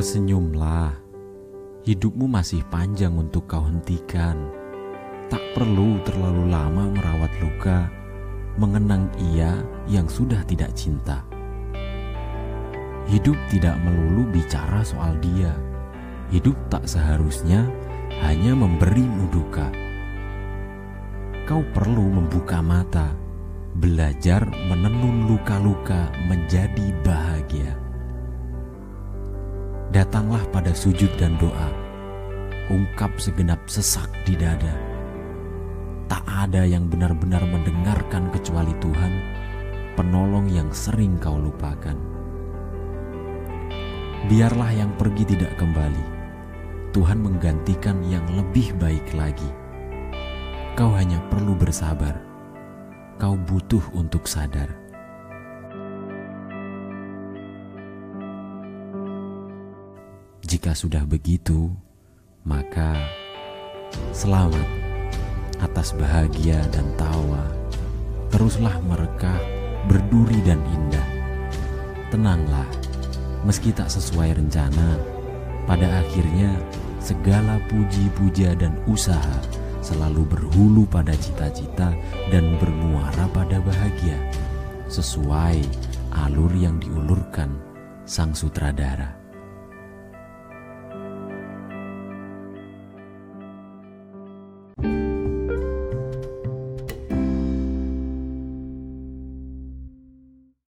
Tersenyumlah, hidupmu masih panjang untuk kau hentikan. Tak perlu terlalu lama merawat luka, mengenang ia yang sudah tidak cinta. Hidup tidak melulu bicara soal dia. Hidup tak seharusnya hanya memberimu duka. Kau perlu membuka mata, belajar menenun luka-luka menjadi bahagia. Datanglah pada sujud dan doa, ungkap segenap sesak di dada. Tak ada yang benar-benar mendengarkan kecuali Tuhan, penolong yang sering kau lupakan. Biarlah yang pergi tidak kembali, Tuhan menggantikan yang lebih baik lagi. Kau hanya perlu bersabar, kau butuh untuk sadar. Jika sudah begitu, maka selamat atas bahagia dan tawa. Teruslah merekah, berduri dan indah. Tenanglah, meski tak sesuai rencana, pada akhirnya segala puji-puja dan usaha selalu berhulu pada cita-cita dan bermuara pada bahagia, sesuai alur yang diulurkan sang sutradara.